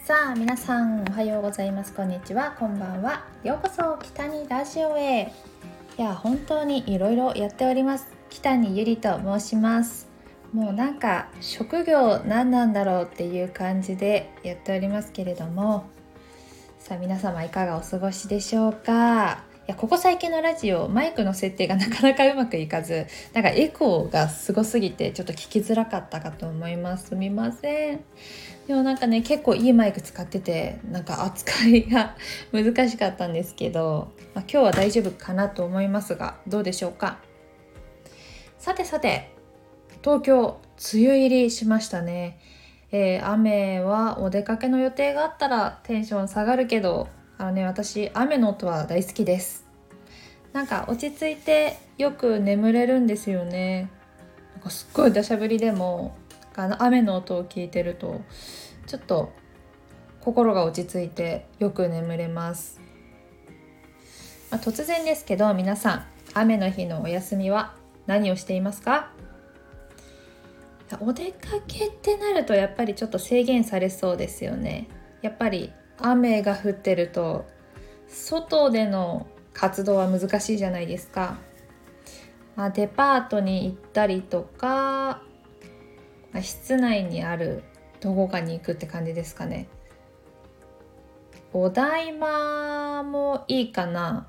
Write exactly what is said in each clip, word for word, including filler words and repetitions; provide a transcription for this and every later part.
さあ皆さんおはようございます、こんにちは、こんばんは。ようこそ北にラジオへ。いや本当にいろいろやっております。北にゆりと申します。もうなんか職業何なんだろうっていう感じでやっておりますけれども、さあ皆様いかがお過ごしでしょうか。いやここ最近のラジオマイクの設定がなかなかうまくいかず、なんかエコーがすごすぎてちょっと聞きづらかったかと思います。すみません。でもなんかね結構いいマイク使ってて、なんか扱いが難しかったんですけど、まあ、今日は大丈夫かなと思いますが、どうでしょうか。さてさて、東京梅雨入りしましたね。えー、雨はお出かけの予定があったらテンション下がるけど、あのね私雨の音は大好きです。なんか落ち着いてよく眠れるんですよね。なんかすっごい土砂降りでもあの雨の音を聞いてるとちょっと心が落ち着いてよく眠れます。まあ、突然ですけど皆さん、雨の日のお休みは何をしていますか？お出かけってなるとやっぱりちょっと制限されそうですよね。やっぱり雨が降ってると外での活動は難しいじゃないですか。まあ、デパートに行ったりとか、まあ、室内にあるどこかに行くって感じですかね。お台場もいいかな。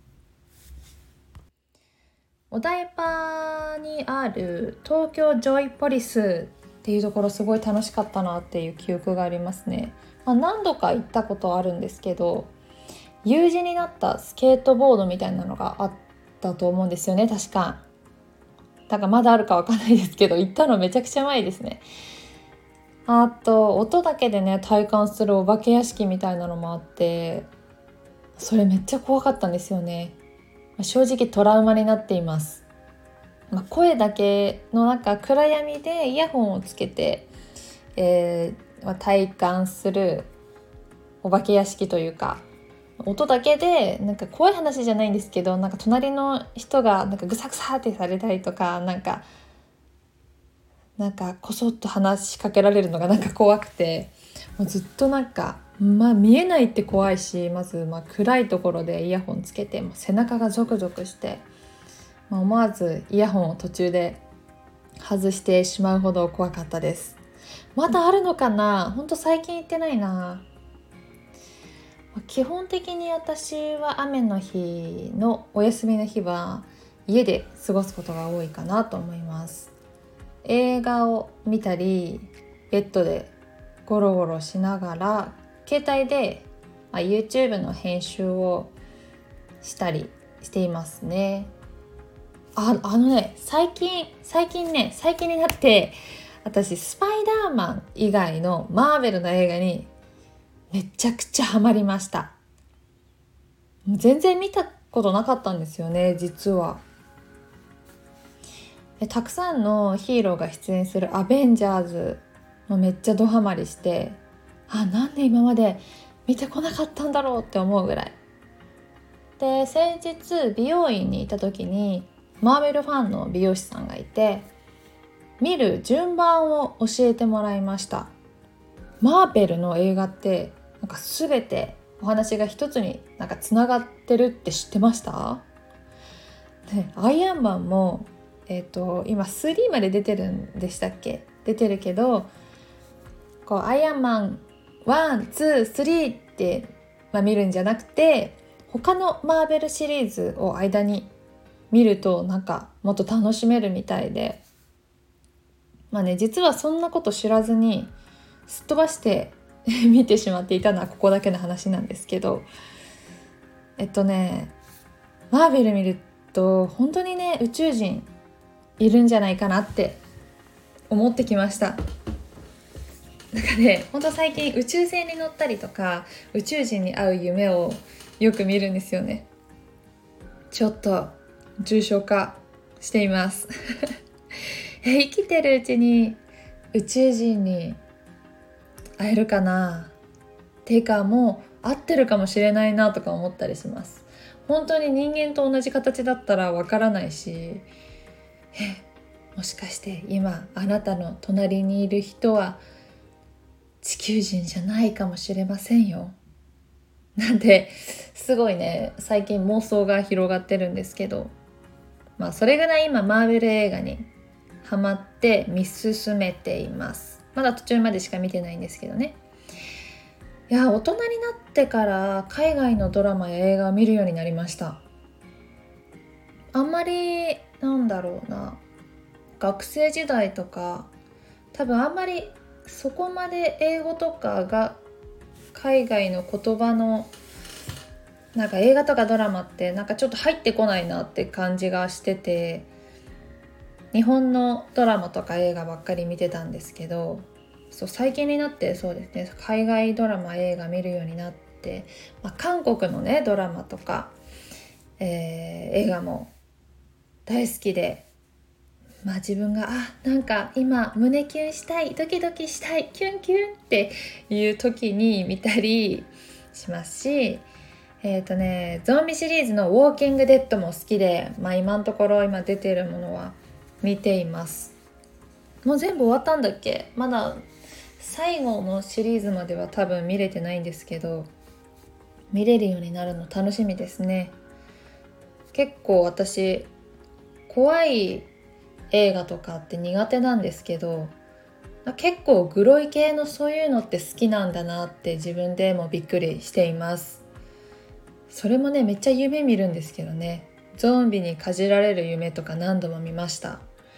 お台場にある東京ジョイポリスっていうところすごい楽しかったなっていう記憶がありますね。まあ、何度か行ったことあるんですけど、U 字になったスケートボードみたいなのがあったと思うんですよね、確か。だからまだあるかわかんないですけど、行ったのめちゃくちゃ前ですね。あと音だけでね体感するお化け屋敷みたいなのもあって、それめっちゃ怖かったんですよね。正直トラウマになっています。まあ、声だけの中暗闇でイヤホンをつけて、えーまあ、体感するお化け屋敷というか、音だけでなんか怖い話じゃないんですけど、なんか隣の人がなんかぐさぐさってされたりとか、なんかなんかこそっと話しかけられるのがなんか怖くて、もうずっとなんか、まあ、見えないって怖いし、まずまあ暗いところでイヤホンつけてもう背中がゾクゾクして、まあ、思わずイヤホンを途中で外してしまうほど怖かったです。まだあるのかな、ほんと最近行ってないな。基本的に私は雨の日のお休みの日は家で過ごすことが多いかなと思います。映画を見たりベッドでゴロゴロしながら携帯で、まあ、YouTube の編集をしたりしていますね。あ、あのね最近最近ね最近になって私スパイダーマン以外のマーベルの映画にめちゃくちゃハマりました。全然見たことなかったんですよね、実は。たくさんのヒーローが出演するアベンジャーズもめっちゃドハマりして、あ、なんで今まで見てこなかったんだろうって思うぐらいで、先日美容院にいた時にマーベルファンの美容師さんがいて、見る順番を教えてもらいました。マーベルの映画ってなんか全てお話が一つになんかつながってるって知ってました？でアイアンマンもえーと、今スリーまで出てるんでしたっけ？出てるけど、こうアイアンマンワン、ツー、スリーって、まあ、見るんじゃなくて、他のマーベルシリーズを間に見るとなんかもっと楽しめるみたいで、まあね、実はそんなこと知らずにすっ飛ばして見てしまっていたのはここだけの話なんですけど、えっとねマーベル見ると本当にね宇宙人いるんじゃないかなって思ってきました。なんかね、本当最近宇宙船に乗ったりとか宇宙人に会う夢をよく見るんですよね。ちょっと重症化しています生きてるうちに宇宙人に会えるかなっていうか、もう会ってるかもしれないなとか思ったりします。本当に人間と同じ形だったらわからないし、えもしかして今あなたの隣にいる人は地球人じゃないかもしれませんよ。なんですごいね、最近妄想が広がってるんですけど、まあそれぐらい今マーベル映画にハマって見進めています。まだ途中までしか見てないんですけどね。いや、大人になってから海外のドラマや映画を見るようになりました。あんまりなんだろうな、学生時代とか多分あんまりそこまで英語とかが海外の言葉のなんか映画とかドラマってなんかちょっと入ってこないなって感じがしてて、日本のドラマとか映画ばっかり見てたんですけど、そう最近になってそうですね、海外ドラマ映画見るようになって、まあ、韓国のねドラマとか、えー、映画も大好きで、まあ自分があなんか今胸キュンしたい、ドキドキしたい、キュンキュンっていう時に見たりしますし、えーとね、ゾンビシリーズのウォーキングデッドも好きで、まあ、今のところ今出ているものは見ています。もう全部終わったんだっけ？まだ最後のシリーズまでは多分見れてないんですけど、見れるようになるの楽しみですね。結構私怖い映画とかって苦手なんですけど、結構グロい系のそういうのって好きなんだなって自分でもびっくりしています。それもねめっちゃ夢見るんですけどね、ゾンビにかじられる夢とか何度も見ました。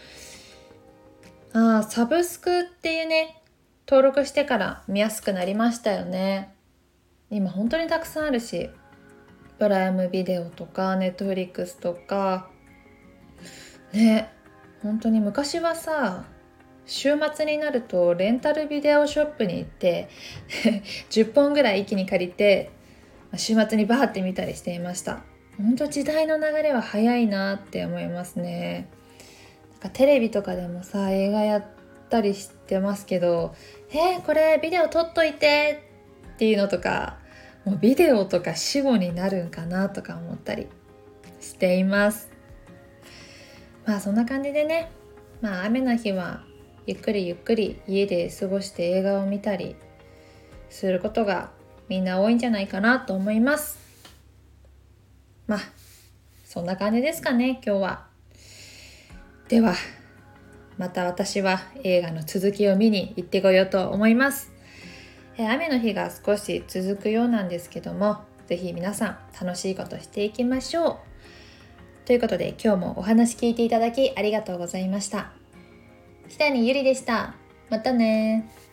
あーサブスクっていうね登録してから見やすくなりましたよね。今本当にたくさんあるし、プライムビデオとかネットフリックスとかね、本当に昔はさ、週末になるとレンタルビデオショップに行ってじゅっぽんぐらい一気に借りて週末にバーって見たりしていました。本当時代の流れは早いなって思いますね。なんかテレビとかでもさ映画やったりしてますけど、えー、これビデオ撮っといてっていうのとか、もうビデオとか死後になるんかなとか思ったりしています。まあそんな感じでね、まあ雨の日はゆっくりゆっくり家で過ごして映画を見たりすることがみんな多いんじゃないかなと思います。まあそんな感じですかね今日は。ではまた私は映画の続きを見に行ってこようと思います。雨の日が少し続くようなんですけども、ぜひ皆さん楽しいことしていきましょう。ということで今日もお話聞いていただきありがとうございました。北にゆりでした。またね。